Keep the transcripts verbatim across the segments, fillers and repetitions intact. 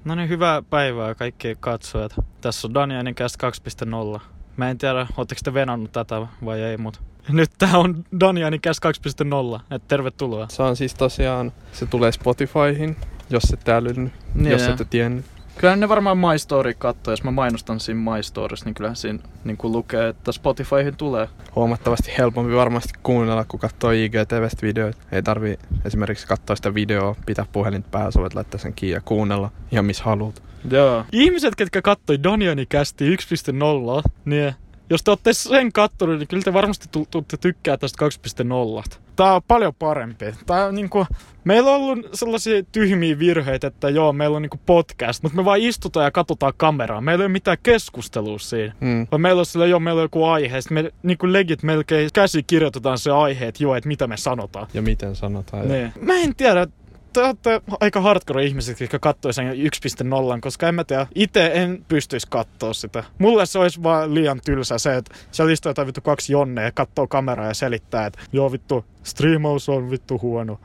No niin, hyvää päivää kaikki katsojat. Tässä on Danianin Cast kaksi piste nolla. Mä en tiedä, ootteko te venannut tätä vai ei, mutta nyt tää on Danianin Cast kaksi piste nolla. Et tervetuloa. Se on siis tosiaan, se tulee Spotifyhin, jos ette älynyt, niin jos ette tiennyt. Kyllähän ne varmaan My Story katsoo, jos mä mainostan siinä My Stories, niin kyllähän siinä niin kuin lukee, että Spotifyhin tulee. Huomattavasti helpompi varmasti kuunnella, kun katsoo I G T V:stä videoita. Ei tarvii esimerkiksi katsoa sitä videoa, pitää puhelinta päässä, voit laittaa sen kiinni ja kuunnella ihan missä haluat. Joo. Ihmiset, ketkä katsoi Danianin Castia yksi piste nolla, niin jos te ootte sen kattonut, niin kyllä te varmasti tulette tykkää tästä kaksi piste nolla. Tää on paljon parempi. Tää on niinku, meillä on ollut sellaisia tyhmiä virheitä, että joo, meillä on niinku podcast, mutta me vaan istutaan ja katsotaan kameraa. Meillä ei ole mitään keskustelua siinä. Mm. Vaan meillä on sillä, joo, meillä on joku aihe. Sitten me niinku legit melkein käsikirjoitetaan se aihe, että joo, että mitä me sanotaan. Ja miten sanotaan. Niin. Mä en tiedä. Te olette aika hardcore ihmiset, jotka kattoi sen yksi piste nolla, koska en mä tiedä, itse en pystyisi katsoa sitä. Mulle se olisi vaan liian tylsä se, että siellä istuu jotain vittu kaksi Jonnea ja katsoo kameraa ja selittää, että joo vittu, striimaus on vittu huono.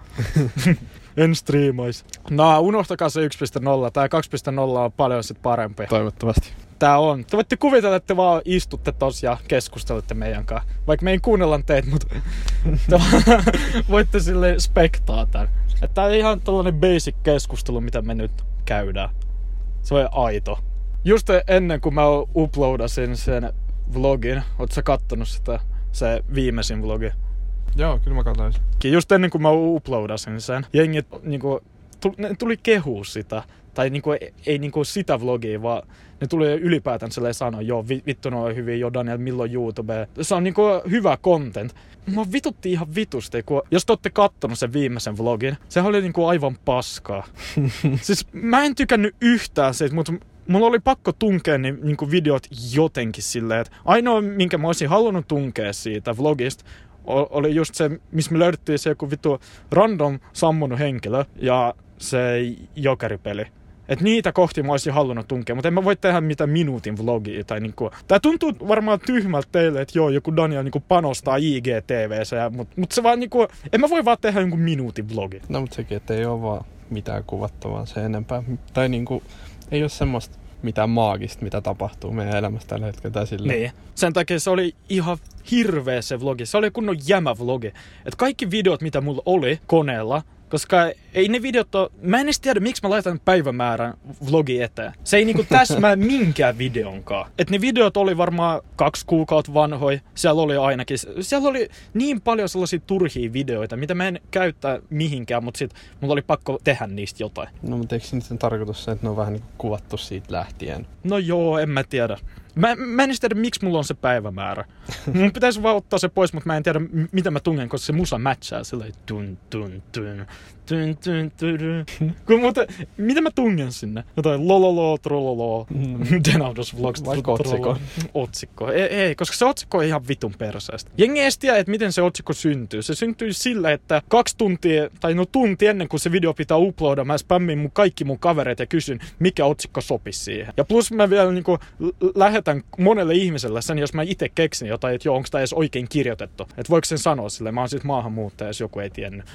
En striimais. No, unohtakaa se yksi piste nolla. Tää kaksi piste nolla on paljon sit parempi. Toivottavasti. Tää on. Te voitte kuvitella, että te vaan istutte tos ja keskustelette meidän kanssa. Vaikka me ei kuunnella teitä, mutta te voitte silleen spektaa tän. Että tää on ihan tällainen basic keskustelu, mitä me nyt käydään. Se on aito. Just ennen kuin mä uploadasin sen vlogin, oot sä kattonut sitä, se viimeisin vlogi? Joo, kyllä mä katsoin. Just ennen kuin mä uploadasin sen, jengit niinku, tuli kehua sitä. Tai niinku, ei niinku sitä vlogia, vaan ne tuli ylipäätään silleen sanoa, joo vittu ne on hyvin, joo Daniel, milloin YouTube. Se on niinku hyvä content. Mua vitutti ihan vitusti, kun jos te ootte kattonut sen viimeisen vlogin, sehän oli niinku aivan paskaa. Siis mä en tykännyt yhtään siitä, mutta mulla oli pakko tunkea niin, niinku videot jotenkin silleen, että ainoa minkä mä olisin halunnut tunkea siitä vlogista, oli just se, missä me löydettiin se joku vittu random sammunut henkilö ja se jokeripeli. Et niitä kohti mä olisin halunnut tunkea, mutta en mä voi tehdä mitään minuutin vlogia. Tai niinku, tää tuntuu varmaan tyhmältä teille, että joo, joku Daniel niinku panostaa I G T V:ssä, mutta mut se vaan niinku, en mä voi vaan tehdä jonkun minuutin vlogi. No mutta sekin, että ei oo vaan mitään kuvattavaa se enempää. Tai niinku, ei oo semmoista mitään maagista, mitä tapahtuu meidän elämässä tällä hetkellä tai silleen. Niin. Sen takia se oli ihan hirveä se vlogi. Se oli kunnon jämävlogi. Et kaikki videot, mitä mulla oli koneella, koska ei ne videot ole... Mä en edes tiedä, miksi mä laitan päivämäärän vlogi eteen. Se ei niinku täsmää minkään videonkaan. Et ne videot oli varmaan kaksi kuukautta vanhoja. Siellä oli ainakin... Siellä oli niin paljon sellaisia turhia videoita, mitä mä en käyttää mihinkään, mutta sit mulla oli pakko tehdä niistä jotain. No mutta eikö niiden tarkoitus se, että ne on vähän niinku kuvattu siitä lähtien? No joo, en mä tiedä. Mä, mä en edes tiedä, miksi mulla on se päivämäärä. Mun pitäisi vaan ottaa se pois, mutta mä en tiedä, m- mitä mä tungen, koska se musa matchaa silleen tun tun tun tun tun tun. Kun muuten, mitä mä tungen sinne? Jotain lololo, trololo, Denaudos Vlogs. Vaikka otsikko. Otsikko. Ei, ei, koska se otsikko on ihan vitun perseestä. Jengi ei edes tiedä, että miten se otsikko syntyy. Se syntyy sillä, että kaksi tuntia, tai no tunti ennen kuin se video pitää uploada, mä spämmin mun kaikki mun kavereet ja kysyn, mikä otsikko sopisi siihen. Ja plus mä vielä niinku lähetän monelle ihmiselle sen, jos mä itse keksin jotain, että joo, onko tää edes oikein kirjoitettu. Että voiko sen sanoa silleen, mä oon sit maahanmuuttaja, jos joku ei tiennyt.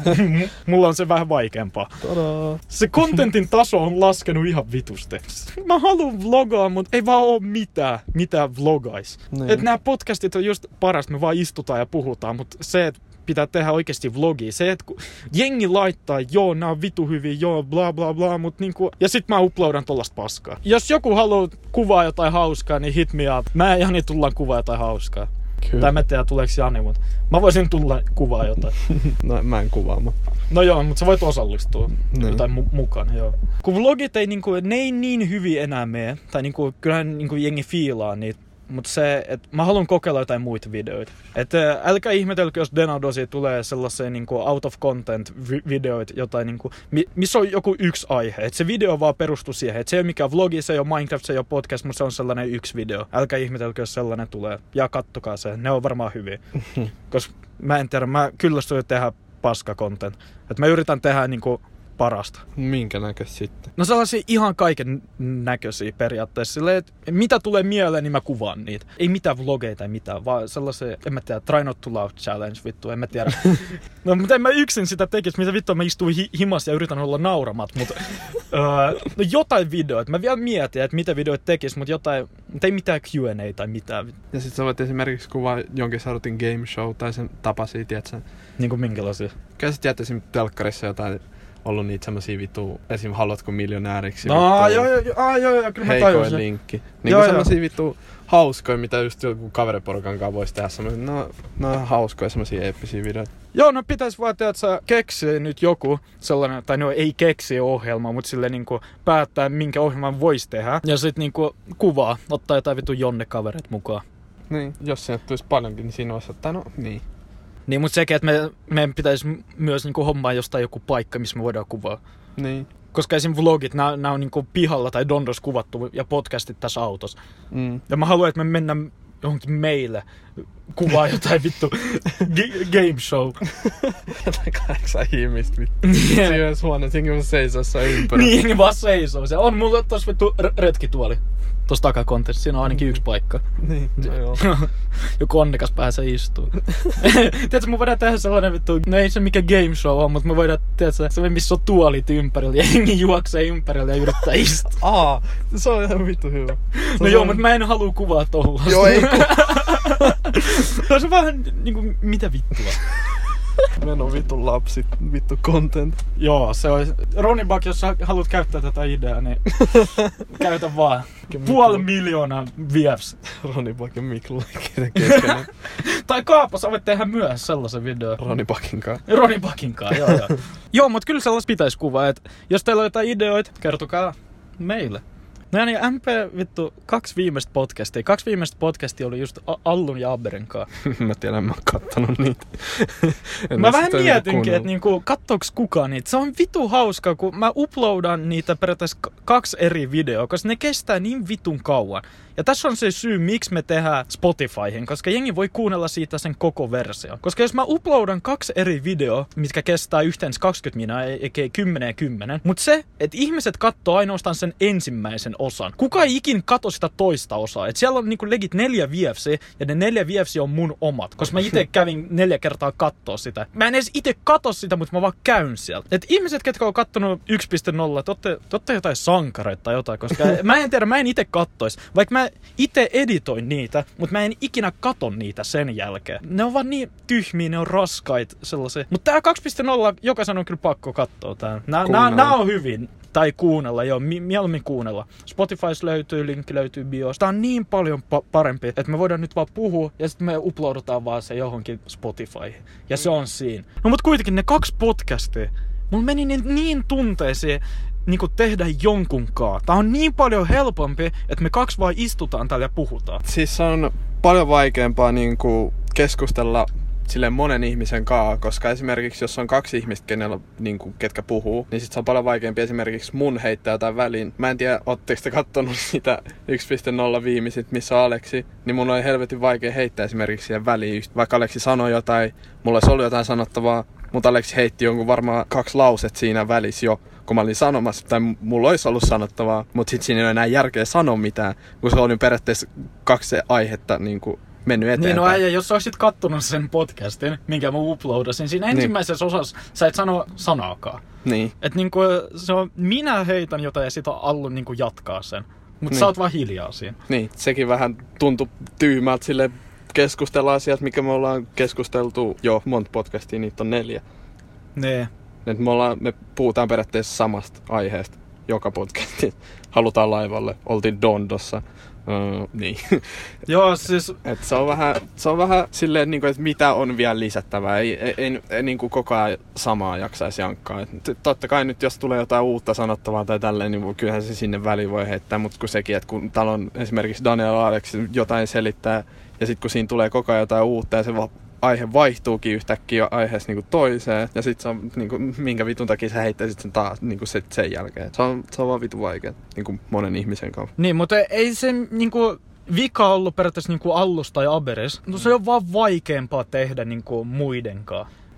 Mulla on se vähän vaikeampaa. Tadaa. Se contentin taso on laskenut ihan vitusti. Mä haluan vlogaa, mutta ei vaan oo mitään, mitään vlogais. Niin. Että nää podcastit on just parasta, me vaan istutaan ja puhutaan, mutta se, että pitää tehdä oikeasti vlogia. Se, että kun jengi laittaa, joo, nää on vitu hyviä, joo, bla bla bla, mut niinku... Ja sit mä uploadan tollasta paskaa. Jos joku haluaa kuvaa jotain hauskaa, niin hit me up. Mä ja Jani tullaan kuvaa jotain hauskaa. Kyllä. Tai mä en tiedä, tuleeko Jani, mutta mä voisin tulla kuvaa jotain. No mä en kuvaama. No joo, mutta sä voit osallistua niin. jotain mu- mukana, joo. Kun vlogit ei, niinku, ne ei niin hyvin enää mene, tai niinku, kyllähän niinku, jengi fiilaa niitä. Mutta se, että mä haluan kokeilla jotain muita videoita. Että älkää ihmetelkö, jos Denaudosi tulee sellaisia niinku out of content videoita, jotain niinku, missä on joku yksi aihe. Että se video vaan perustuu siihen. Että se ei ole mikään vlogi, se ei ole Minecraft, se ei ole podcast, mutta se on sellainen yksi video. Älkää ihmetelkö, jos sellainen tulee. Ja kattokaa se, ne on varmaan hyviä. Koska mä en tiedä, mä kyllästyn jo tehdä paska content. Että mä yritän tehdä niinku parasta. Minkä näköistä sitten? No sellaisia ihan kaiken näköisiä periaatteessa. Silleen, että mitä tulee mieleen, niin mä kuvaan niitä. Ei mitään vlogeja tai mitään, vaan sellaisia, en mä tiedä, try not to laugh challenge, vittu, en mä tiedä. No mutta en mä yksin sitä tekis, mitä vittua mä istuin hi- himas ja yritän olla nauramat, mutta uh, no jotain videoita. Mä vielä mietin, että mitä videoita tekis, mutta jotain, mutta ei mitään Q and A tai mitään. Ja sit sä voit esimerkiksi kuvaa jonkin sarutin game show tai sen tapasia, tietsä. Niinku minkälaisia? Kyllä sä tiedät esimerkiksi telkkarissa jotain ollut niitä semmosia vitu, esim. Haluatko miljonääriksi? No, joo, joo, joo, joo, joo, kyllä mä heikoin tajusin. linkki. Niinku semmosia vitu hauskoja, mitä just joku kaveriporukan kanssa vois tehdä semmosia, no, no hauskoja semmosia eeppisiä videoita. Joo, no pitäis vaan tehdä, että sä keksii nyt joku sellainen, tai no ei keksi ohjelma, mutta silleen niinku päättää, minkä ohjelman vois tehdä. Ja sit niinku kuvaa, ottaa jotain vitu Jonne-kavereet mukaan. Niin, jos sieltä tulisi paljonkin, niin siinä olisi, että no niin. Niin, mutta sekin, että me, meidän pitäisi myös niinku hommaa jostain joku paikka, missä me voidaan kuvaa. Niin. Koska esim. Vlogit, nää, nää on niinku pihalla tai Dondos kuvattu ja podcastit tässä autossa. Mm. Ja mä haluan, että me mennään johonkin meille kuvaa jotain vittu g- game show. Jotain kahdeksan ihmistä vittu. Siinä yhdessä huoneessa, jengi vaan seisoo jossain ympärillä. Niin, jengi vaan seisoo. Se on mulla tossa vittu r- retkituoli. Tossa takakontessa, siinä on ainakin yksi paikka. Niin, no joo. Joku onnekas pääsee istuu. Tiedätkö, me voidaan tehdä sellainen vittu, no ei se mikä game show on, mutta me voidaan, tiedätkö, se missä on tuolit ympärillä ja jengi juoksee ympärillä ja yrittää istua. Aa, se on ihan vittu hyvä. Se no joo, on... mutta mä en halua kuvaa tollasta. Joo, ei ku... Se on vähän niinku, mitä vittua? Mä en oo vittu lapsi, vittu content. Joo, se on. Ronny Buck, jos sä haluat käyttää tätä ideaa, niin käytä vaan. Puoli miljoonaa views. Ronny Buck ja Miklu keskenään. Tai Kaapo, sä voit tehdä myös sellaisen videon. Ronny Buckin kanssa. Ronny Buckin kanssa, joo joo. Joo, mutta kyllä sellaista pitäisi kuvaa, että jos teillä on jotain ideoita, kertokaa meille. No niin, M P vittu, kaksi viimeistä podcastia. Kaksi viimeistä podcastia oli just Allun ja Aberen kanssa. Mä tiedän, mä oon kattonut niitä. Mä vähän mietinkin, että niinku, kattooks kukaan niitä. Se on vitu hauskaa, kun mä uploadan niitä periaatteessa kaksi eri videoa, koska ne kestää niin vitun kauan. Ja tässä on se syy, miksi me tehdään Spotifyhin, koska jengi voi kuunnella siitä sen koko versio. Koska jos mä uploadan kaksi eri videoa, mitkä kestää yhteensä kaksikymmentä minuuttia, eikä kymmenen ja kymmenen, mutta se, että ihmiset katsoo ainoastaan sen ensimmäisen osan. Kuka ei ikin katso sitä toista osaa. Et siellä on niinku legit neljä viefsiä, ja ne neljä viefsiä on mun omat. Koska mä ite kävin neljä kertaa kattoo sitä. Mä en edes ite katso sitä, mutta mä vaan käyn siellä. Et ihmiset, ketkä on kattonut yksi piste nolla, te ootte, te ootte jotain sankareita tai jotain, koska mä en tiedä, mä en ite kattois. Vaikka mä ite editoin niitä, mutta mä en ikinä kato niitä sen jälkeen. Ne on vaan niin tyhmiä, ne on raskait sellaisia. Mutta tää kaksi piste nolla, jokaisen on kyllä pakko katsoa tää. Nää, nää, nää on hyvin. Tai kuunnella, joo, mieluummin kuunnella. Spotifys löytyy, linkki löytyy bios. Tää on niin paljon pa- parempi, että me voidaan nyt vaan puhua ja sitten me uploadataan vaan se johonkin Spotifyhin. Ja se on siinä. No mut kuitenkin ne kaksi podcastia, mulla meni niin, niin tunteisiin niinku tehdä jonkunkaan. Tää on niin paljon helpompi, että me kaksi vaan istutaan täällä ja puhutaan. Siis on paljon vaikeampaa niinku keskustella silleen monen ihmisen kaa, koska esimerkiksi jos on kaksi ihmistä, kenellä, niin kuin, ketkä puhuu, niin sit se on paljon vaikeampi esimerkiksi mun heittää jotain väliin. Mä en tiedä, ootteko te kattonut sitä yksi piste nolla viimeisit, missä on Aleksi, niin mun on helvetin vaikea heittää esimerkiksi siihen väliin. Vaikka Aleksi sanoi jotain, mulla olisi ollut jotain sanottavaa, mutta Aleksi heitti jonkun varmaan kaksi lauset siinä välissä jo, kun mä olin sanomassa, tai mulla olisi ollut sanottavaa, mutta sit siinä ei ole enää järkeä sanoa mitään, kun se on nyt periaatteessa kaksi aihetta niin kuin mennyt eteenpäin. Niin no äijä, jos sä olisit kattonut sen podcastin, minkä mä uploadasin, siinä ensimmäisessä niin. osassa sä et sano sanaakaan. Niin. Et niinku se on, minä heitän jotain ja sit on Allu niinku jatkaa sen. Mut niin. sä oot vaan hiljaa siinä. Niin, sekin vähän tuntui tyhmältä silleen keskustella asiat, mikä me ollaan keskusteltu jo monta podcastia, niitä on neljä. Nee. Et me, ollaan, me puhutaan periaatteessa samasta aiheesta joka podcastin. Halutaan laivalle, oltiin Dondossa. Uh, niin. Joo, siis... Et se on vähän, se on vähän silleen, niin kuin, että mitä on vielä lisättävää. Ei, ei, ei, ei niin kuin koko ajan samaa jaksaisi jankkaa. Et totta kai nyt, jos tulee jotain uutta sanottavaa tai tälleen, niin kyllähän se sinne väliin voi heittää. Mutta kun sekin, että kun täällä on esimerkiksi Daniel Alex jotain selittää, ja sitten kun siinä tulee koko ajan jotain uutta, ja se va- aihe vaihtuukin yhtäkkiä aiheesta niin toiseen, ja sitten se on, niin kuin, minkä vitun takia sä heittäisit sen taas niin kuin sen, sen jälkeen. Se on, se on vaan vitun vaikea, niin kuin monen ihmisen kanssa. Niin, mutta ei se niin kuin vika ollut periaatteessa niin kuin Allusta ja Aberes. No se on vaan vaikeampaa tehdä niin kuin muidenkaan.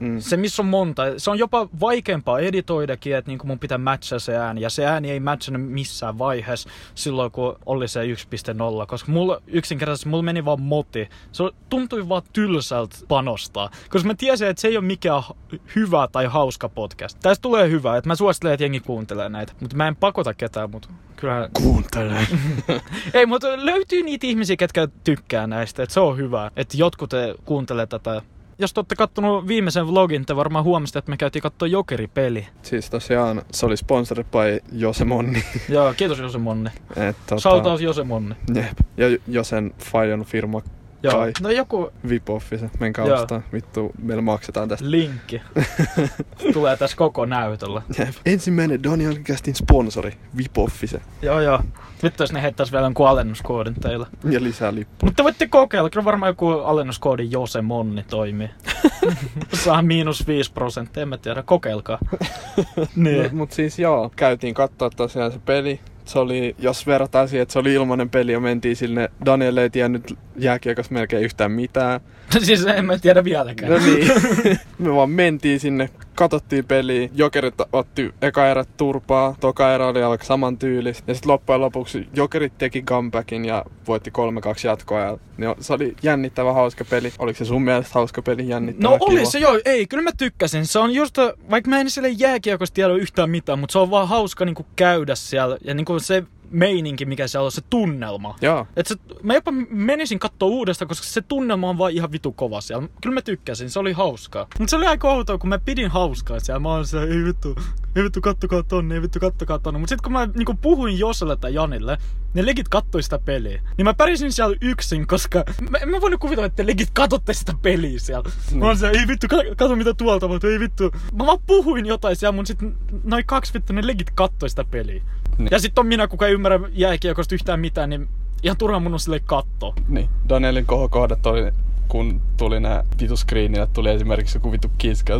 Mm. Se, missä on monta. Se on jopa vaikeampaa editoidakin, että niinku mun pitää matchaa se ääni. Ja se ääni ei matchannut missään vaiheessa silloin, kun oli se yksi piste nolla. Koska mulla yksinkertaisesti mulla meni vaan moti. Se tuntui vaan tylsältä panostaa. Koska mä tiesin, että se ei ole mikään hyvä tai hauska podcast. Tästä tulee hyvä, että mä suosittelen, että jengi kuuntelee näitä. Mutta mä en pakota ketään, mutta kyllähän... Kuuntele. Ei, mutta löytyy niitä ihmisiä, ketkä tykkää näistä. Että se on hyvä, että jotkut te kuuntelee tätä. Jos te olette kattonut viimeisen vlogin, te varmaan huomasitte, että me käytiin katsoa Jokeri-peli. Siis tosiaan, se oli sponsored by Jose Monni. Joo, kiitos Jose Monni. Tota... Shoutout Jose Monni. Jep. Ja Josen Fajon firma Joo. Kai. No joku... Vip-office. Menkää ostaa. Vittu, meillä maksetaan tästä. Linkki. Tulee tässä koko näytöllä. Jep. Ensimmäinen Daniel-kästin sponsori. Vip-office. Joo, joo. Vittu, jos ne heittäis vielä jonkun alennuskoodin teillä. Ja lisää lippuja. Mutta voitte kokeilla. Kyllä varmaan joku alennuskoodi Jose Monni toimii. Saa miinus viisi prosenttia. En mä tiedä. Kokeilkaa. Niin. No, mut siis joo. Käytiin katsoa tosiaan se peli. Se oli, jos verrataan siihen, että se oli ilmainen peli ja mentiin sinne, Daniel ei tiennyt jääkiekossa melkein yhtään mitään. Siis en mä tiedä vieläkään. No niin. Me vaan mentiin sinne, katsottiin peliä. Jokerit otti eka erät turpaa, toka erä oli alkaa saman tyylistä. Ja sitten loppujen lopuksi Jokerit teki comebackin ja voitti kolme kaksi jatkoajalla. Se oli jännittävä hauska peli. Oliko se sun mielestä hauska peli, jännittävä, No oli kiva? se joo, ei, kyllä mä tykkäsin. Se on just, vaikka mä en sille jääkiekosta tiedä yhtään mitään, mutta se on vaan hauska niinku käydä siellä. Ja niinku se meininki, mikä siellä on, se tunnelma. Joo. Et se, mä jopa menisin kattoo uudestaan, koska se tunnelma on vaan ihan vitu kova siellä. Kyllä mä tykkäsin, se oli hauskaa. Mutta se oli aika outoa, kun mä pidin hauskaa siellä. Mä olin siellä, ei vittu, ei vittu kattokaa tonne, ei vittu kattokaa tonne. Mutta sit kun mä niinku puhuin Joselle tai Janille, ne legit kattoi sitä peliä. Niin mä pärjäsin siellä yksin, koska mä, en mä voinut kuvitella, että legit katsotte sitä peliä siellä. Mm. Mä olin siellä, ei vittu, kato mitä tuolta, mutta ei vittu. Mä vaan puhuin jotain siellä, mun sit noin kaksi vittu, ne legit kattoi sitä peliä. Niin. Ja sit on minä, kuka ei ymmärrä jääkiekosta yhtään mitään, niin ihan turhaan mun on silleen kattoo. Niin. Danielin kohokohdat oli, kun tuli nää vitu screenille, tuli esimerkiksi joku vitu kiska.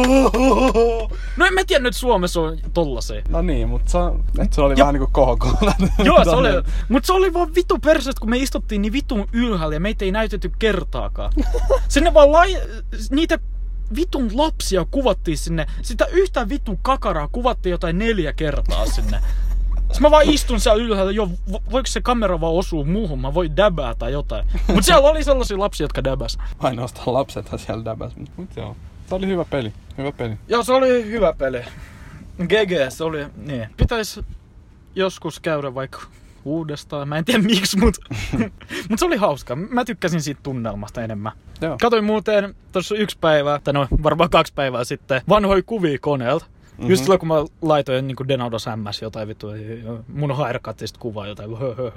No en mä tiedä nyt Suomessa on tollasia. No niin, mutta se, se oli jo vähän niinku kohokohdat. Joo, se oli, mut se oli vaan vitu perseestä, kun me istuttiin niin vitun ylhäällä ja meitä ei näytetty kertaakaan. Sinne vaan lai, niitä vitun lapsia kuvattiin sinne. Sitä yhtä vitun kakaraa kuvattiin jotain neljä kertaa sinne. Sitten mä vaan istun siellä ylhäällä, jo, voiko se kamera vaan osua muuhun, mä voin dabää tai jotain. Mut siellä oli sellaisia lapsia, jotka dabäs. Ainoastaan lapsethan siellä dabäs, mut joo. Se oli hyvä peli, hyvä peli. Joo, se oli hyvä peli. G G, se oli, niin. Pitäis joskus käydä vaikka uudestaan, mä en tiedä miksi, mut, mut se oli hauska. Mä tykkäsin siitä tunnelmasta enemmän. Joo. Katoin muuten tossa yksi päivä, tai no varmaan kaksi päivää sitten, vanhoja kuvia koneelta. Mm-hmm. Just silloin kun mä laitoin niin Denaudos M S jotain vittu, mun haircutista kuvaa jotain.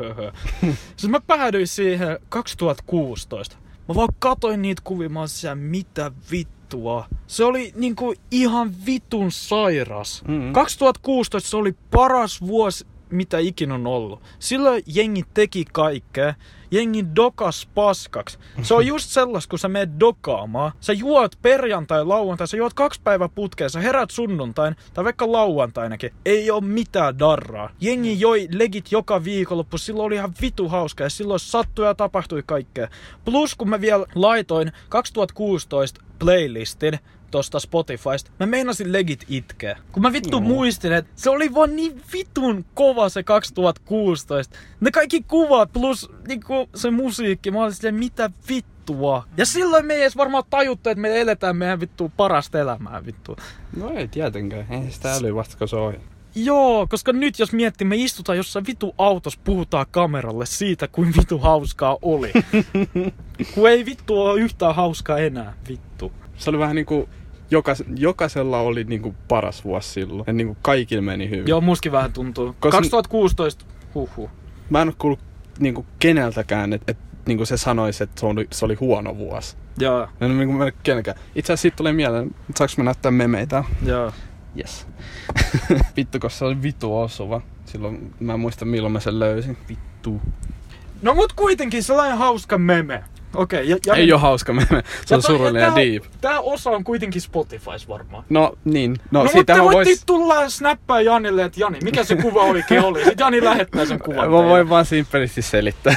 Sitten mä päädyin siihen kaksituhattakuusitoista. Mä vaan katoin niitä kuvia, mä oon siellä, mitä vittua. Se oli niinku ihan vitun sairas. Mm-hmm. kaksituhattakuusitoista se oli paras vuosi, mitä ikinä on ollut. Silloin jengi teki kaikkea. Jengi dokas paskaksi. Se on just sellaista, kun sä meet dokaamaan. Sä juot perjantai, lauantai, sä juot kaksi päivää putkeen, sä herät sunnuntain, tai vaikka lauantainakin. Ei oo mitään darraa. Jengi joi legit joka viikonloppu, silloin oli ihan vitu hauska ja silloin sattui ja tapahtui kaikkea. Plus kun mä vielä laitoin kaksituhattakuusitoista playlistin tosta Spotifysta, mä meinasin legit itkeä. Kun mä vittu mm. muistin, että se oli vaan niin vitun kova se kaksituhattakuusitoista. Ne kaikki kuvat plus niinku se musiikki, mä olin silleen, mitä vittua. Ja silloin me ei edes varmaan tajuttu, että me eletään meidän vittu parasta elämää vittu. No ei tietenkään, ei sitä älyä vasta kun se on. Joo, koska nyt jos miettii, me istutaan jossain vitu autossa, puhutaan kameralle siitä, kuin vitu hauskaa oli. Kun ei vittu ole yhtään hauskaa enää, vittu. Se oli vähän niinku, jokas, jokaisella oli niinku paras vuosi silloin. Ja niinku kaikilla meni hyvin. Joo, muskin vähän tuntuu. Koska kaksituhattakuusitoista, huhhuh. Mä en oo kuullut niinku keneltäkään, että et, niinku se sanoisi, että se oli, se oli huono vuosi. Joo. En oo niinku mennyt kenelläkään. Itse asiassa siitä tulee mieleen, että saaks mä näyttää memeitä? Joo. Yes. Vittu, koska se oli vitu osuva. Silloin mä en muista milloin mä sen löysin. Vittu. No mut kuitenkin sellainen hauska meme. Okei. Okay, ja, Ei oo hauska meme. Se on surullinen ja deep. Tää osa on kuitenkin Spotifys varmaan. No niin. No, no siitä mutta vois... voitte tulla snappaa Janille, että Jani, mikä se kuva oikein oli? Sitten Jani lähettää sen kuvan. Mä voin vaan simppelisti selittää.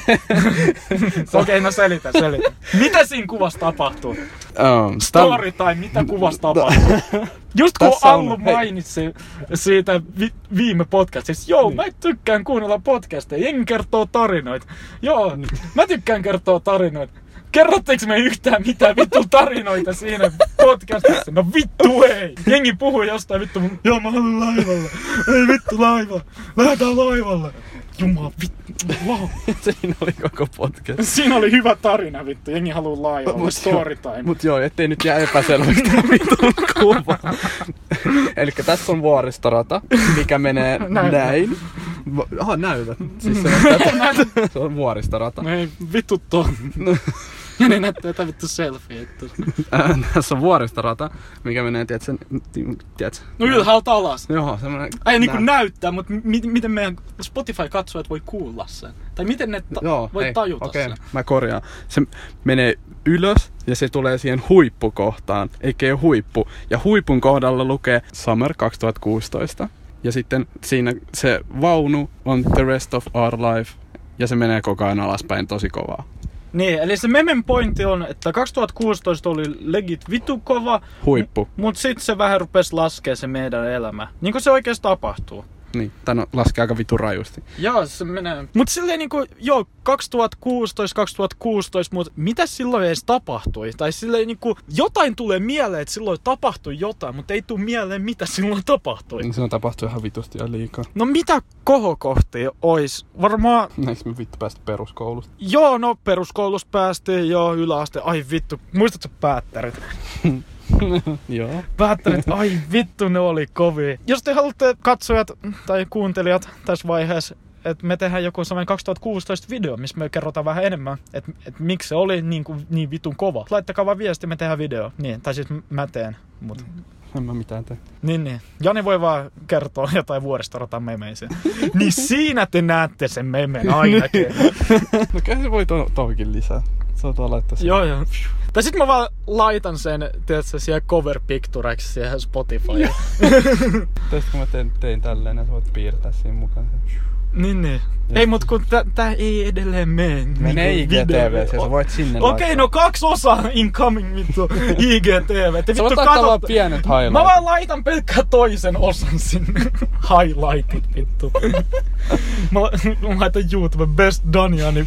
Okei, okay, no selitä, selitä. Mitä siinä kuvassa tapahtuu? Um, Story time, mitä kuvassa tapahtuu? Just kun Allu mainitsi siitä vi- viime podcastissa, joo, niin. Mä tykkään kuunnella podcasteja, jengi kertoo tarinoita. Joo, niin. Mä tykkään kertoa tarinoita. Kerrotteko me yhtään mitään vittu tarinoita siinä podcastissa? No vittu ei! Jengi puhuu jostain vittu, joo mä haluan laivalle. Ei vittu laiva, lähdetään laivalle. Jumala vittu, wow. Siinä oli koko podcast. Siinä oli hyvä tarina vittu, jengi haluu laivalle, story time. Mut joo, ettei nyt jää epäselväksi tää vitun kuva. Elikkä tässä on vuoristorata, mikä menee näin. näin. Aha, näytät. Siis se, on, se on vuoristorata. No ei vittu ton. Ja ne näyttää jotain vittu selfie. Tässä on vuoristorata, mikä menee, tiedätkö, tiedätkö? No ylhäältä alas. Joo, semmonen... Ai niinku nä- näyttää, mutta mi- miten meidän Spotify-katsojat voi kuulla sen? Tai miten ne ta- Joo, voi hei, tajuta okay. sen? Mä korjaan. Se menee ylös ja se tulee siihen huippukohtaan, eikä huippu. Ja huipun kohdalla lukee Summer kaksituhattakuusitoista. Ja sitten siinä se vaunu on The Rest of Our Life. Ja se menee koko ajan alaspäin tosi kovaa. Niin, eli se memen pointti on, että kaksituhattakuusitoista oli legit vitu kova. Huippu. M- mut sit se vähän rupes laskee se meidän elämä. Niin kuin se oikeesti tapahtuu. Niin, tän no, laskee aika vitu rajusti. Joo, se menee. Mut silleen niinku, joo, kaksituhattakuusitoista kaksituhattakuusitoista, mut mitä silloin edes tapahtui? Tai silleen niinku, jotain tulee mieleen, että silloin tapahtui jotain, mutta ei tuu mieleen, mitä silloin tapahtui. Niin silloin tapahtui ihan vitusti ja liikaa. No mitä kohokohtia ois? Varmaan... Eikö me vittu päästä peruskoulusta? Joo, no peruskoulusta päästiin, joo, yläaste. Ai vittu, muistatko päättärit? Joo. Päättärit, ai vittu, ne oli kovia. Jos te haluatte katsojat tai kuuntelijat tässä vaiheessa, että me tehdään joku sellainen kaksituhattakuusitoista video, missä me kerrotaan vähän enemmän, että et miksi se oli niin, kuin, niin vitun kova. Laittakaa vaan viesti, me tehdään video. Niin, tai siis mä teen. Mut. En mä mitään tee. Niin, niin. Jani voi vaan kertoa jotain vuoristoratan memeisiä. Niin siinä te näette sen memen ainakin. No kyllä se voi to- tohonkin lisää. Saattaa laittaa sen. Joo, joo. Tai sit mä vaan laitan sen, tiedätkö, siihen cover pictureksi siihen Spotifyyn. Tästä kun mä tein, tein tälleen, niin sä voit piirtää siinä mukaan. Niin, niin. Ei, mut kun tä, tää ei edelleen mene. Menee I G T V, sä voit sinne Okei, okay, no kaksi osaa incoming vittu I G T V. Te sä voit laittaa vaan pienet highlightit. Mä vaan laitan pelkkää toisen osan sinne. Highlightit vittu. mä, mä laitan YouTube Best Daniani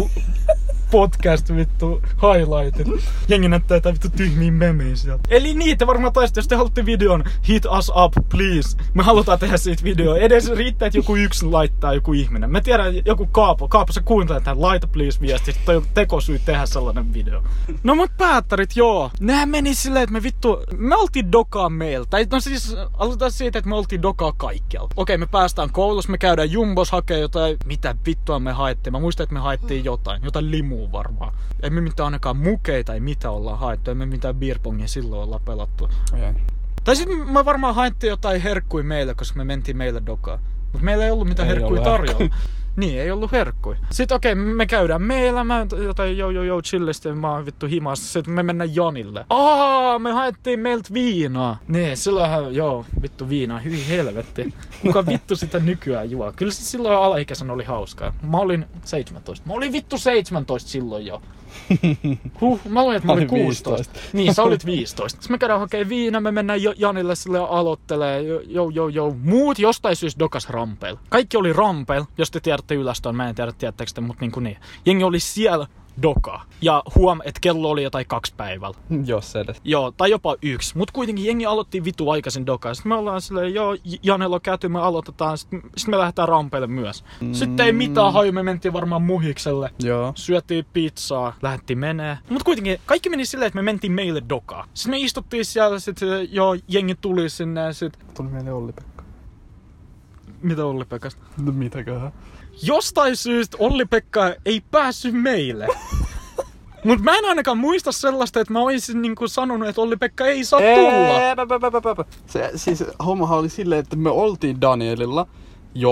podcast vittu highlightit. Jengi näyttää jotain vittu tyhmiä memejä sieltä. Eli niitä varmaan taisi, jos te haluatte videon, hit us up please. Me halutaan tehdä siitä videoa. Edes riittää, että joku yksi laittaa joku ihminen. Mä tiedän joku Kaapo. Kaapo sä kuuntelet tämän laita please viesti. Sitten on tekosyy tehdä sellainen video. No mut päättärit, joo. Nää meni silleen, että me vittu... Me oltiin dokaa meiltä. Tai no siis aloitetaan siitä, että me oltiin dokaa kaikkialla. Okei, me päästään koulussa, me käydään jumbos hakee jotain. Mitä vittua me haettiin? Mä muistan, että me haettiin jotain. Jotain limua varmaan. Ei me mitään ainakaan mukeita ei mitä ollaan haettu. Ei me mitään beerpongia silloin ollaan pelattu. Ojai. Tai sit me varmaan haettiin jotain herkkuja meille, koska me mentiin meille dokaan. Mut meillä ei ollut mitään ei herkkuja tarjolla. Niin, ei ollut herkkuja. Sitten okei, okay, me käydään meillä, mä jotain joo joo joo chillisti, mä oon vittu himassa. Sitten me mennään Janille. Aa, me haettiin meiltä viinaa. Nee, silloinhan, joo, vittu viinaa, hyvin helvetti. Kuka vittu sitä nykyään juo? Kyllä se silloin alaikäisenä oli hauskaa. Mä olin seitsemäntoista. Mä olin vittu seitsemäntoista silloin jo. Huh, mä luin, että mä olin kuusitoista. Niin, sä olit viisitoista. Sitten me käydään hakemaan viinaa, me mennään Janille silleen aloittelee. Joo, joo, joo. Muut jostain syystä dokas rampeilla. Kaikki oli rampeilla, jos te tiedätte Ylästöön. Mä en tiedä, tiedättekö te, mutta niin kuin niin. Jengi oli siellä dokaa. Ja huom, että kello oli jotain kaksi päivällä. Jos edes. Joo, tai jopa yksi. Mut kuitenkin jengi aloitti vitu aikaisin dokaa. Sitten me ollaan silleen, joo, Janella käty, me aloitetaan. Sitten, sitten me lähdetään rampeille myös. Mm. Sitten ei mitään haju, me mentiin varmaan muhikselle. Joo. Syötiin pizzaa, lähdettiin menee. Mut kuitenkin kaikki meni silleen, että me mentiin meille dokaa. Sitten me istuttiin siellä, sit joo, jengi tuli sinne ja sit... Tuli meille Olli-Pekka. Mitä Olli-Pekasta? No mitäköhän? Jostain syystä Olli-Pekka ei päässyt meille. Mut mä en ainakaan muista sellaista, että mä oisin niinku sanonut, että Olli-Pekka ei saa tulla. Se, siis hommahan oli silleen, että me oltiin Danielilla. Joo.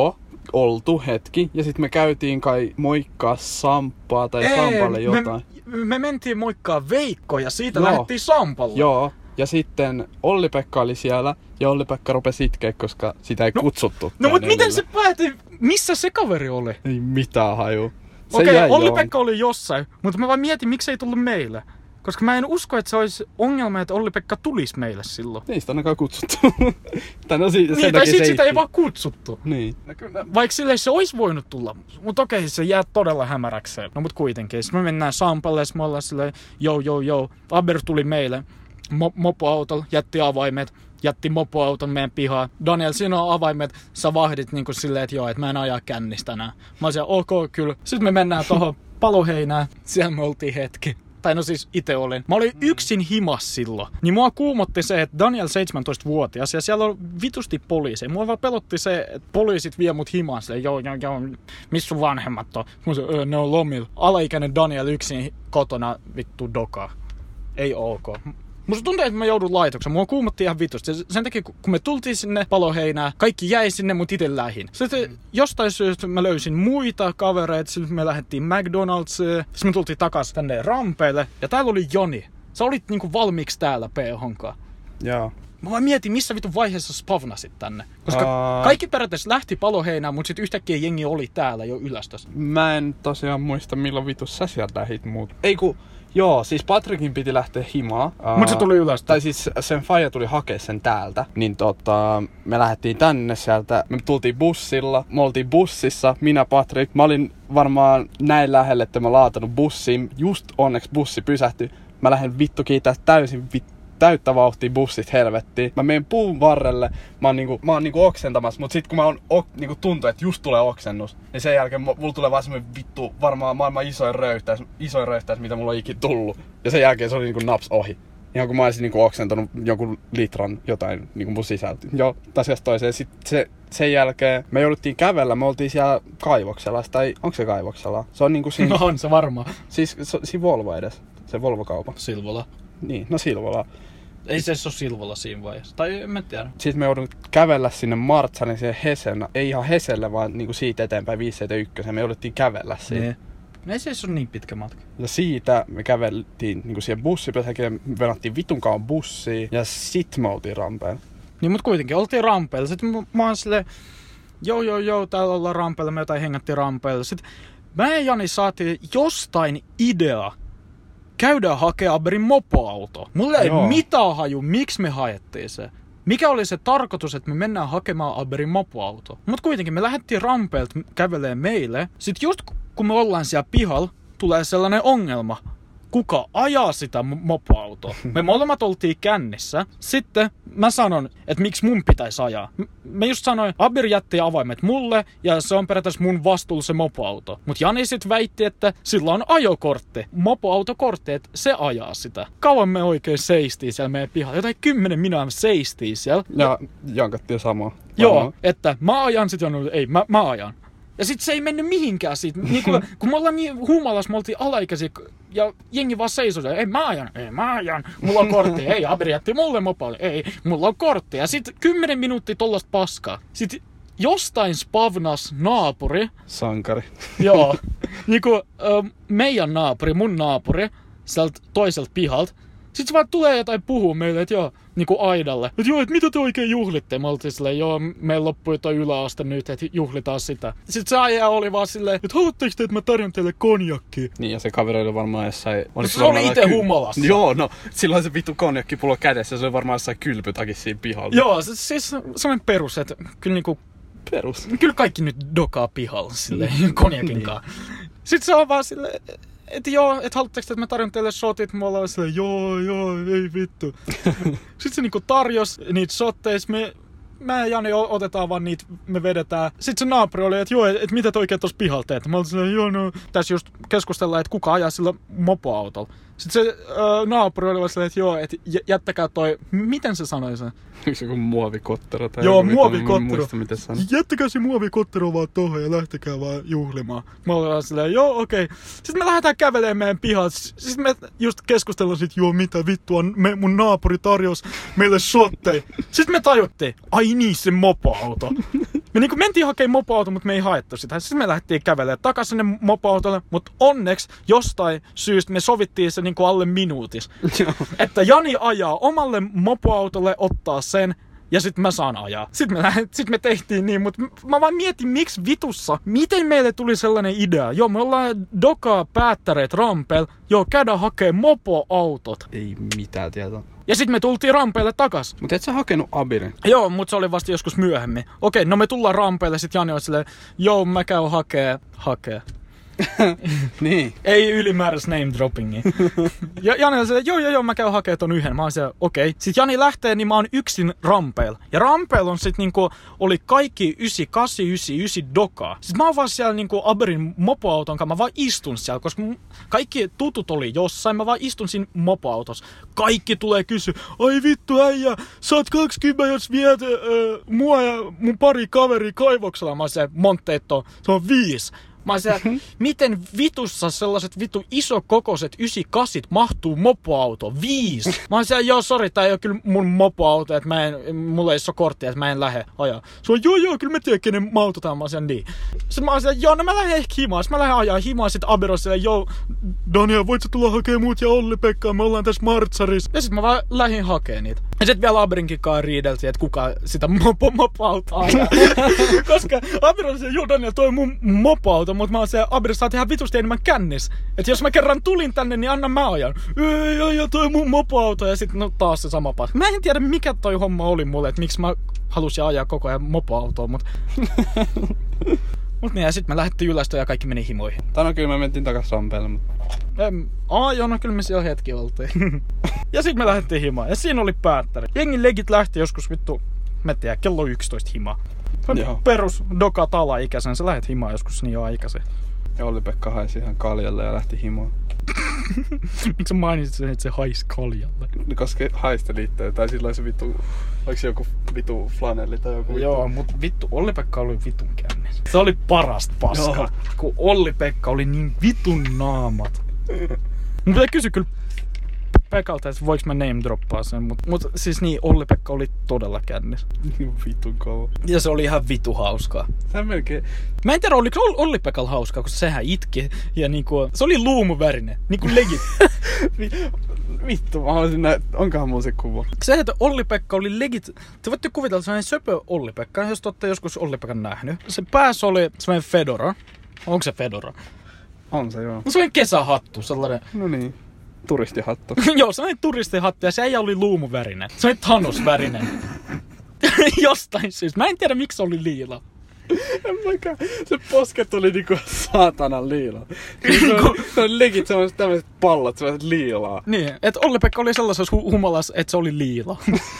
oltu hetki. Ja sitten me käytiin kai moikkaa Samppaa tai Ei, Sampalle jotain. Me, me mentiin moikkaa Veikkoa ja siitä Joo. lähdettiin Sampalle. Joo. Ja sitten Olli-Pekka oli siellä ja Olli-Pekka rupesi itkeä, koska sitä ei No, kutsuttu. No mut tänne miten ylle. se päätyi? Missä se kaveri oli? Ei mitään haju. Se Okei, jäi Olli-Pekka oli jossain, mutta mä vaan mietin, miksi ei tullut meille. Koska mä en usko, että se olisi ongelma, että Olli-Pekka tulisi meille silloin. Ei sitä ainakaan kutsuttu. tai no, si- sen Niin, tai takia sit se sitä ei itki. vaan kutsuttu. Niin. Vaikka silleen se olisi voinut tulla, mutta okei, se jää todella hämäräkseen. No mut kuitenkin. Sitten me mennään Sampalle ja me ollaan silleen, joo joo joo. Aber tuli meille Mo- mopoautolla, jätti avaimet, jätti mopoauton meidän pihaan. Daniel, siinä on avaimet, sä vahdit niinku silleen, että joo, että mä en ajaa kännistä tänään. Mä olisin, ok, kyllä. Sitten me mennään tohon Paloheinään, siellä me oltiin hetki. Tai no siis ite olin. Mä olin yksin himas silloin. Niin mua kuumotti se, että Daniel seitsemäntoistavuotias ja siellä on vitusti poliiseja. Mua vaan pelotti se, että poliisit vie mut himaan silleen, joo joo joo, missä sun vanhemmat on? Mä sanoin, öö, ne on lomilla. Alaikäinen Daniel yksin kotona vittu dokaa. Ei ok. Musta tuntuu, että mä joudun laitokseen. Mua kuumotti ihan vitusti. Sen takia, kun me tultiin sinne Paloheinään, kaikki jäi sinne, mut ite lähin. Sitten jostain syystä mä löysin muita kavereita. Sitten me lähdettiin McDonald'siin. Sitten me tultiin takas tänne rampeille. Ja täällä oli Joni. Sä olit niinku valmiiksi täällä P H:nkaan. Joo. Mä vaan mietin, missä vitun vaiheessa spavnasit tänne. Koska Aa. kaikki periaatteessa lähti Paloheinään, mut sit yhtäkkiä jengi oli täällä jo Ylästössä. Mä en tosiaan muista milloin vitus sä sieltä lähit muut. Ei ku, joo, siis Patrikin piti lähteä himaa. Mut se tuli Ylästö. Tai siis sen faija tuli hakea sen täältä. Niin tota, me lähdettiin tänne sieltä. Me tultiin bussilla. Me oltiin bussissa, minä Patrik. Mä olin varmaan näin lähelle, että mä laatanut bussiin. Just onneksi bussi pysähtyi. Mä lähden vittu kiitää täysin vittu. Täyttä vauhtia bussit helvettiin. Mä menen puun varrelle, mä oon niinku, mä oon niinku oksentamassa, mut sit kun mä oon ok, niinku tuntuu, että just tulee oksennus, niin sen jälkeen mulla tulee vaan semmonen vittu varmaan maailman isoin röyhtäys, isoin röyhtäys, mitä mulla on ikin tullut. Ja sen jälkeen se oli niinku naps ohi. Ihan kun mä olisin niinku oksentanut jonkun litran jotain niinku mun sisältä. Joo, asiasta toiseen. Sitten se, sen jälkeen me jouduttiin kävellä, me oltiin siellä kaivoksella, tai onko se kaivoksella? Se on niinku siinä, No on se varmaan. siis se, siinä Volvo edes, se Volvo-kaupa. Silvola. Niin, no Silvola. Ei se ole Silvola siinä vaiheessa. Tai en mä tiedä. Sitten me joudun kävellä sinne Martsanin siihen Hesen, ei ihan Heselle, vaan niinku siitä eteenpäin viisisataaseitsemänkymmentäyksi. Me jouduttiin kävellä siitä. Niin. No ei se ole niin pitkä matka. Ja siitä me käveltiin niinku siihen bussipysäkille, me venattiin vitun kauan bussiin ja sit me oltiin rampeella. Niin mut kuitenkin oltiin rampeilla. Sitten mä, mä oon silleen, joo joo joo, täällä ollaan rampeilla, me jotain hengättiin rampeilla. Sitten mä ja Jani saatiin jostain idea. Käydään hakea Aberin mopoauto. Mulla ei Joo. mitään haju, miksi me haettiin se. Mikä oli se tarkoitus, että me mennään hakemaan Aberin mopoauto. Mut kuitenkin me lähdettiin rampeilta kävelee meille. Sitten just kun me ollaan siellä pihalla, tulee sellainen ongelma. Kuka ajaa sitä mo- mopoautoa? Me molemmat oltiin kännissä. Sitten mä sanon, että miksi mun pitäisi ajaa. M- Mä just sanoin, Aber jätti avaimet mulle ja se on periaatteessa mun vastuulla se mopoauto. Mut Jani sit väitti, että sillä on ajokortti. Mopoautokortti, että se ajaa sitä. Kauan me oikein seistiin siellä meidän pihalla. Jotain kymmenen minaa me seistiin siellä. Ja jankattiin samaa. Joo, Varmaan. että mä ajan, sit Jani, ei, mä, mä ajan. Ja sit se ei mennyt mihinkään siitä. Niin kun, kun me ollaan niin humalas, me oltiin alaikäisiä ja jengi vaan seisoi. Ei mä ajan, ei mä ajan. Mulla on kortti. Ei, Abri jätti mulle mopoille. Ei, mulla on kortti. Ja sit kymmenen minuuttia tollasta paskaa. Sit jostain spavnas naapuri. Sankari. Joo. Niinku ö, meidän naapuri, mun naapuri, sieltä toiselta pihalta. Sitten se vaan tulee jotain puhuu meille, että joo, niinku aidalle. Että joo, että mitä te oikein juhlitte? Mä oltiin silleen, joo, meillä loppui toi yläaste nyt, että juhlitaan sitä. Sitten se aija oli vaan silleen, että haluatteko te, että mä tarjon teille konjakkiä? Niin, ja se kaveri oli varmaan jossain... No, se oli ite humalassa. Joo, no, silloin se vittu konjakkipullo kädessä, se oli varmaan jossain kylpytakin siinä pihalla. Joo, se, siis sellainen perus, että kyllä niinku... Perus. Kyllä kaikki nyt dokaa pihalla silleen konjakinkaan. Sitten se on vaan silleen... Että joo, et haluatteko, että mä tarjon teille shotit? Mä ollaan silleen, joo, joo, ei vittu. Sitten se niinku tarjosi niitä shotteja, me, mä ja Jani otetaan vaan niitä, me vedetään. Sitten se naapuri oli, että joo, että mitä te oikein tossa pihalla teet? Mä olin silleen, joo, no, tässä just keskustellaan, että kuka ajaa sillä mopoautolla. Sitten se äh, naapuri oli silleen, että joo, että jättäkää toi, miten se sanoi sen? Yksi joku muovikottero tai Joo, joku, muovikottero. Mä en muista, miten sanoi. Jättäkää se muovikottero vaan tohon ja lähtekää vaan juhlimaan. Mä olin silleen, joo, okei. Okay. Sitten me lähdetään kävelemään meidän pihaan. Sitten me just keskustellaan sit, joo, mitä vittua, me, mun naapuri tarjosi meille shotteja. Sitten me tajuttiin, ai niin, se mopoauto. Me niinku mentiin hakemaan mopoauto, mutta me ei haettu sitä. Sitten me lähdettiin kävelemään takaisin sinne mopoautolle, mutta onneksi jostain syystä me sovittiin se niinku alle minuutis. Että Jani ajaa omalle mopoautolle, ottaa sen, ja sit mä saan ajaa. Sitten me, lähdet, sit me tehtiin niin, mutta mä vaan mietin, miksi vitussa, miten meille tuli sellainen idea. Joo, me ollaan dokaa päättäreet rampel, joo, käydään hakee mopoautot. Ei mitään tietoa. Ja sitten me tultiin rampeille takas. Mutta et sä hakenut Abirin? Joo, mutta se oli vasta joskus myöhemmin. Okei, no me tullaan rampeille, sit Jani on silleen, joo, mä käyn hakee, hakee. Niin. Ei ylimääräis name droppingi. Ja Jani on silleen, joo, joo, joo, mä käyn hakee ton yhden. Mä oon siellä, okei. Okay. Sitten Jani lähtee, niin mä oon yksin rampeilla. Ja rampeilla on sit niinku, oli kaikki yhdeksänkymmentäkahdeksan yhdeksänkymmentäyhdeksän dokaa. Sitten mä oon vaan siellä niinku Aberin mopoauton kanssa, mä vaan istun siellä, koska kaikki tutut oli jossain, mä vaan istun siinä mopoautossa. Kaikki tulee kysyä, ai vittu äijä, sä oot kaksikymmentä, jos viet äh, mua ja mun pari kaveri kaivoksella. Mä oon siellä, Monteetto, se on viisi. Mä oon siellä, miten vitussa sellaiset vitu isokokoiset yhdeksänkymmentäkahdeksan mahtuu mopoauto? Viisi! Mä oon siellä, joo, sori, tää ei oo kyllä mun mopoauto, että mä en, mulla ei oo korttia, että mä en lähde ajaa. Se on, joo, joo, kyllä mä tiedän, kenen auto tää. Mä oon siellä, niin. Sitten mä oon siellä, joo, no mä lähden ehkä himaan. Sitten mä lähden ajaa himaan, sit Abir on siellä, joo, Daniel, voit sä tulla hakee mut ja Olli-Pekkaa, me ollaan tässä Martsarissa. Ja sit mä vaan lähdin hakee niitä. Ja sit vielä Abirinkin kanssa riideltiin, että kuka sitä mopo, mopoautoa ajaa. Koska Abir on siellä, joo, Daniel, toi mun mopoauto. Mutta mä oon se, Abir saa tehdä vitusti enemmän kännis. Että jos mä kerran tulin tänne, niin anna mä ajan. Ei, ei, ei, toi mun mopoauto. Ja sit no taas se sama paska. Mä en tiedä mikä toi homma oli mulle, että miksi mä halusin ajaa koko ajan mopoautoa, mut... mut niin, ja sit me lähdettiin ylästöön ja kaikki meni himoihin. Tai no kyllä me mentiin takas rampeelle, mutta... Em, aa joo, no kyllä me siellä hetki oltiin. Ja sit me lähdettiin himaan. Ja siinä oli päättäri. Jengin legit lähti joskus vittu, mä en tiedä, kello yksitoista himaa. Perus doka tala-ikäisen, sä lähet himaan joskus niin jo aikaisen. Ja Olli-Pekka haisi ihan kaljalle ja lähti himaan. Miksi sä mainitsit sen, että se haisi kaljalle? Koska haiste liittyy, tai silloin se vittu, oliko se joku vittu flanelli tai joku vittu? Joo, mut vittu, Olli-Pekka oli vitun kännis. Se oli parasta paskaa, joo. Kun Olli-Pekka oli niin vitun naamat. Mun pitää kysyä kyllä Pekalta, että voiko mä name droppaa sen, mut, mut siis niin, Olli-Pekka oli todella kännis. Vitun kova. Ja se oli ihan vitu hauskaa. Sä melkein... Mä en tiedä, oliko Olli-Pekalla hauskaa, koska sehän itki ja niinku, se oli luumuvärinen, niinku legit. Vittu, mä haluaisin näin, onkohan mun se kuva? Se, että Olli-Pekka oli legit, te voitte kuvitella sellainen söpö Olli-Pekka, jos te olette joskus Olli-Pekan nähnyt. Se päässä oli sellainen fedora. Onko se fedora? On se, joo. No sellainen kesähattu, sellainen. No niin. Turistihattu. Joo, sellainen turistihattu ja se ei oli luumuvärinen. Se oli Thanos-värinen. Jostain syystä. Mä en tiedä miksi se oli liila. En mäkään. Se posket oli niinku saatanan liila. Se oli legit sellaiset tämmöiset pallot, sellaiset liilaa. Niin, että Olli-Pekka oli sellaisessa hu- humalassa, että se oli liila.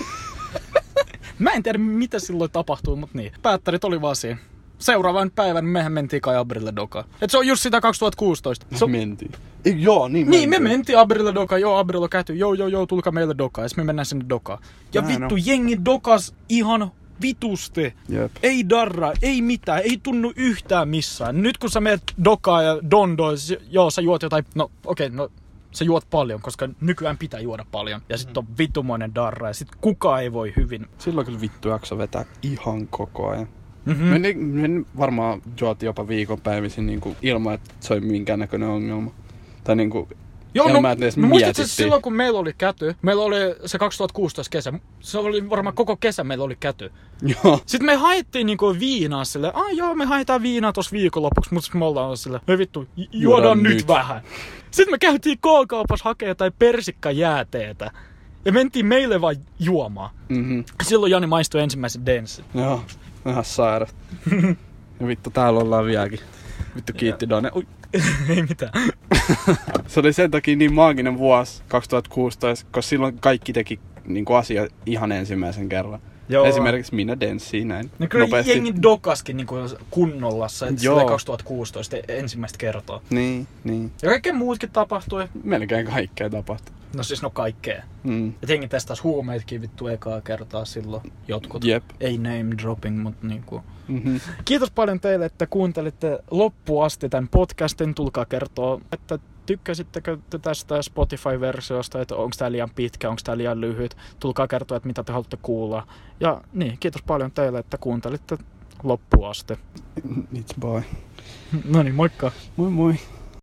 Mä en tiedä mitä silloin tapahtui, mutta niin. Päättärit oli vaan siinä. Seuraavan päivän mehän mentiin kai Abrille dokaan. Et se on just sitä kaksituhattakuusitoista. Me so... mentiin. Ei, joo, niin Niin, mentiin. me mentiin Abrille dokaan. Joo, Abrille on käty. Joo, joo, joo, tulkaa meille dokaan. Ja me mennään sinne dokaan. Ja Näin vittu, on. Jengi dokas ihan vitusti. Jep. Ei darra, ei mitään, ei tunnu yhtään missään. Nyt kun sä menet dokaan ja dondoon, joo, sä juot jotain, no okei, okay, no sä juot paljon, koska nykyään pitää juoda paljon. Ja sit on vitumoinen darra ja sit kukaan ei voi hyvin. Silloin kyllä vittu jakso vetää ihan koko ajan. Mm-hmm. Me, me varmaan juotiin jopa viikonpäivisin niinku, ilman, että se oli minkäännäköinen ongelma. Tai niinku, joo, ilman, no, että edes no mietittiin. Silloin kun meillä oli käty, meillä oli se kaksituhattakuusitoista kesä, se oli varmaan koko kesä meillä oli käty. Joo. Sitten me haettiin niinku viinaa silleen, ah joo, me haetaan viinaa tossa viikonlopuksi, mutta me ollaan silleen, me vittu, juodaan, juodaan nyt, nyt vähän. Sitten me käytiin K-kaupassa hakemaan jotain persikkajääteetä. Ja mentiin meille vaan juomaan. Mm-hmm. Silloin Jani maistui ensimmäisen denssin. Joo, ihan sairas. Ja vittu, täällä ollaan vieläkin. Vittu kiitti Dane. Ei mitään. Se oli sen takia niin maaginen vuosi kaksituhattakuusitoista, koska silloin kaikki teki niinku asia ihan ensimmäisen kerran. Joo. Esimerkiksi minä denssiin näin no kyllä nopeasti. Jengi dokaskin niinku kunnolla se kaksituhattakuusitoista ensimmäistä kertaa. Niin, niin. Ja kaikkea muutkin tapahtui. Melkein kaikkea tapahtui. No siis no kaikkea. Mm. Et jengi testas huumeitkin vittu ekaa kertaa silloin jotkut. Jep. Ei name dropping, mutta niinku. Mm-hmm. Kiitos paljon teille, että kuuntelitte loppuun asti tämän podcastin. Tulkaa kertoa, että tykkäsittekö te tästä Spotify-versiosta, että onko tää liian pitkä, onko tää liian lyhyt. Tulkaa kertoa, että mitä te haluatte kuulla. Ja niin, kiitos paljon teille, että kuuntelitte loppuun asti. It's boy. No niin, moikka! Moi moi!